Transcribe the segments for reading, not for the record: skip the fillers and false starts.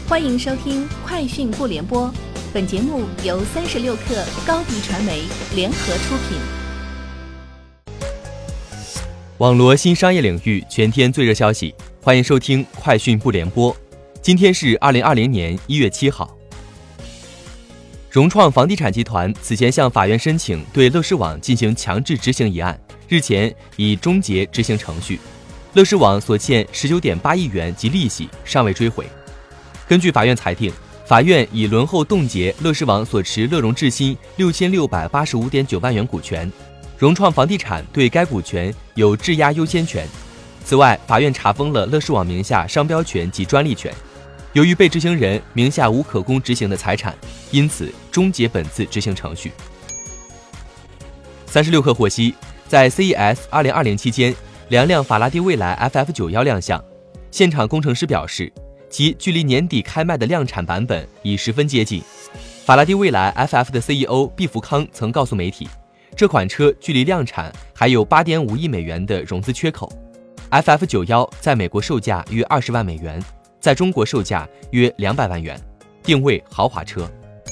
欢迎收听快讯不联播，本节目由36克高迪传媒联合出品。 网罗新商业领域全天最热消息，欢迎收听快讯不联播。今天是2020年1月7号。融创房地产集团此前向法院申请对乐视网进行强制执行一案，日前已终结执行程序。乐视网所欠19.8亿元及利息尚未追回。根据法院裁定，法院已轮后冻结乐视网所持乐融致新6685.9万元股权，融创房地产对该股权有质押优先权。此外，法院查封了乐视网名下商标权及专利权。由于被执行人名下无可供执行的财产，因此终结本次执行程序。36氪获悉，在 CES 2020期间，2辆法拉第未来 FF91亮相，现场工程师表示，其距离年底开卖的量产版本已十分接近。法拉第未来 FF 的 CEO 毕福康曾告诉媒体，这款车距离量产还有8.5亿美元的融资缺口。FF91在美国售价约20万美元，在中国售价约200万元，定位豪华车。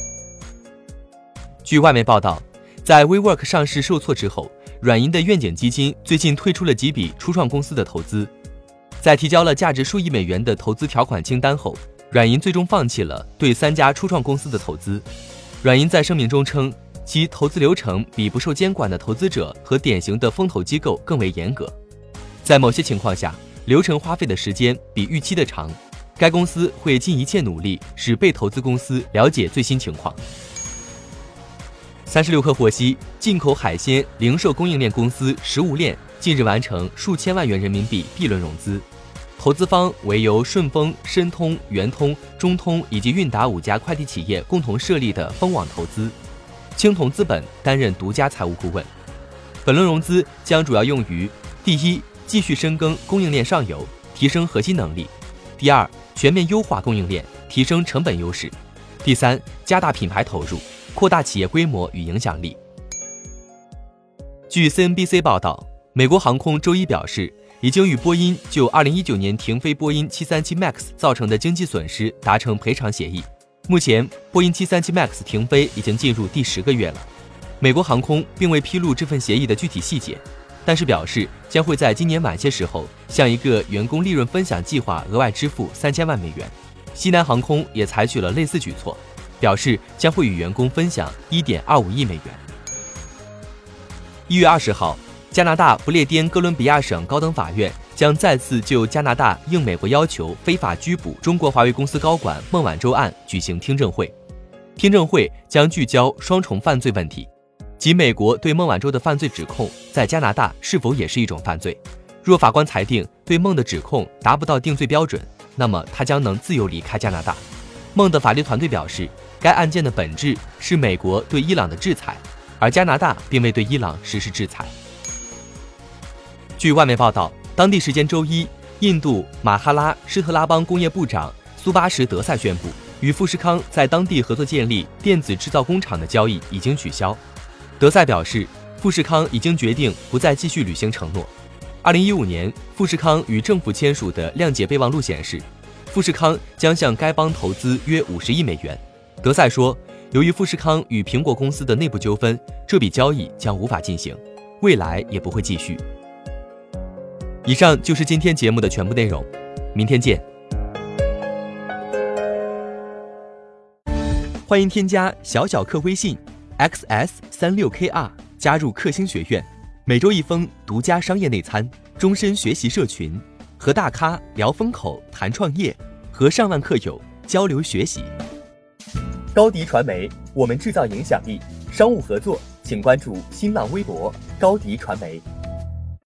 据外媒报道，在 WeWork 上市受挫之后，软银的愿景基金最近退出了几笔初创公司的投资。在提交了价值数亿美元的投资条款清单后，软银最终放弃了对3家初创公司的投资。软银在声明中称，其投资流程比不受监管的投资者和典型的风投机构更为严格。在某些情况下，流程花费的时间比预期的长。该公司会尽一切努力使被投资公司了解最新情况。36氪获悉，进口海鲜零售供应链公司食物链近日完成数千万元人民币 B 轮融资，投资方为由顺丰、申通、圆通、中通以及韵达5家快递企业共同设立的蜂网投资，青铜资本担任独家财务顾问。本轮融资将主要用于：第一，继续深耕供应链上游，提升核心能力；第二，全面优化供应链，提升成本优势；第三，加大品牌投入，扩大企业规模与影响力。据 CNBC 报道，美国航空周一表示，已经与波音就2019年停飞波音737 MAX 造成的经济损失达成赔偿协议。目前，波音737 MAX 停飞已经进入第10个月了。美国航空并未披露这份协议的具体细节，但是表示将会在今年晚些时候向一个员工利润分享计划额外支付3000万美元。西南航空也采取了类似举措，表示将会与员工分享1.25亿美元。1月20号，加拿大不列颠哥伦比亚省高等法院将再次就加拿大应美国要求非法拘捕中国华为公司高管孟晚舟案举行听证会。听证会将聚焦双重犯罪问题，即美国对孟晚舟的犯罪指控在加拿大是否也是一种犯罪。若法官裁定对孟的指控达不到定罪标准，那么他将能自由离开加拿大。孟的法律团队表示，该案件的本质是美国对伊朗的制裁，而加拿大并未对伊朗实施制裁。据外媒报道，当地时间周一，印度马哈拉施特拉邦工业部长苏巴什德赛宣布，与富士康在当地合作建立电子制造工厂的交易已经取消。德赛表示，富士康已经决定不再继续履行承诺。2015年，富士康与政府签署的谅解备忘录显示，富士康将向该邦投资约50亿美元。德赛说，由于富士康与苹果公司的内部纠纷，这笔交易将无法进行，未来也不会继续。以上就是今天节目的全部内容，明天见。欢迎添加小客微信 XS36KR 加入克星学院，每周1封独家商业内参，终身学习社群，和大咖聊风口谈创业，和上万客友交流学习。高迪传媒，我们制造影响力。商务合作请关注新浪微博高迪传媒。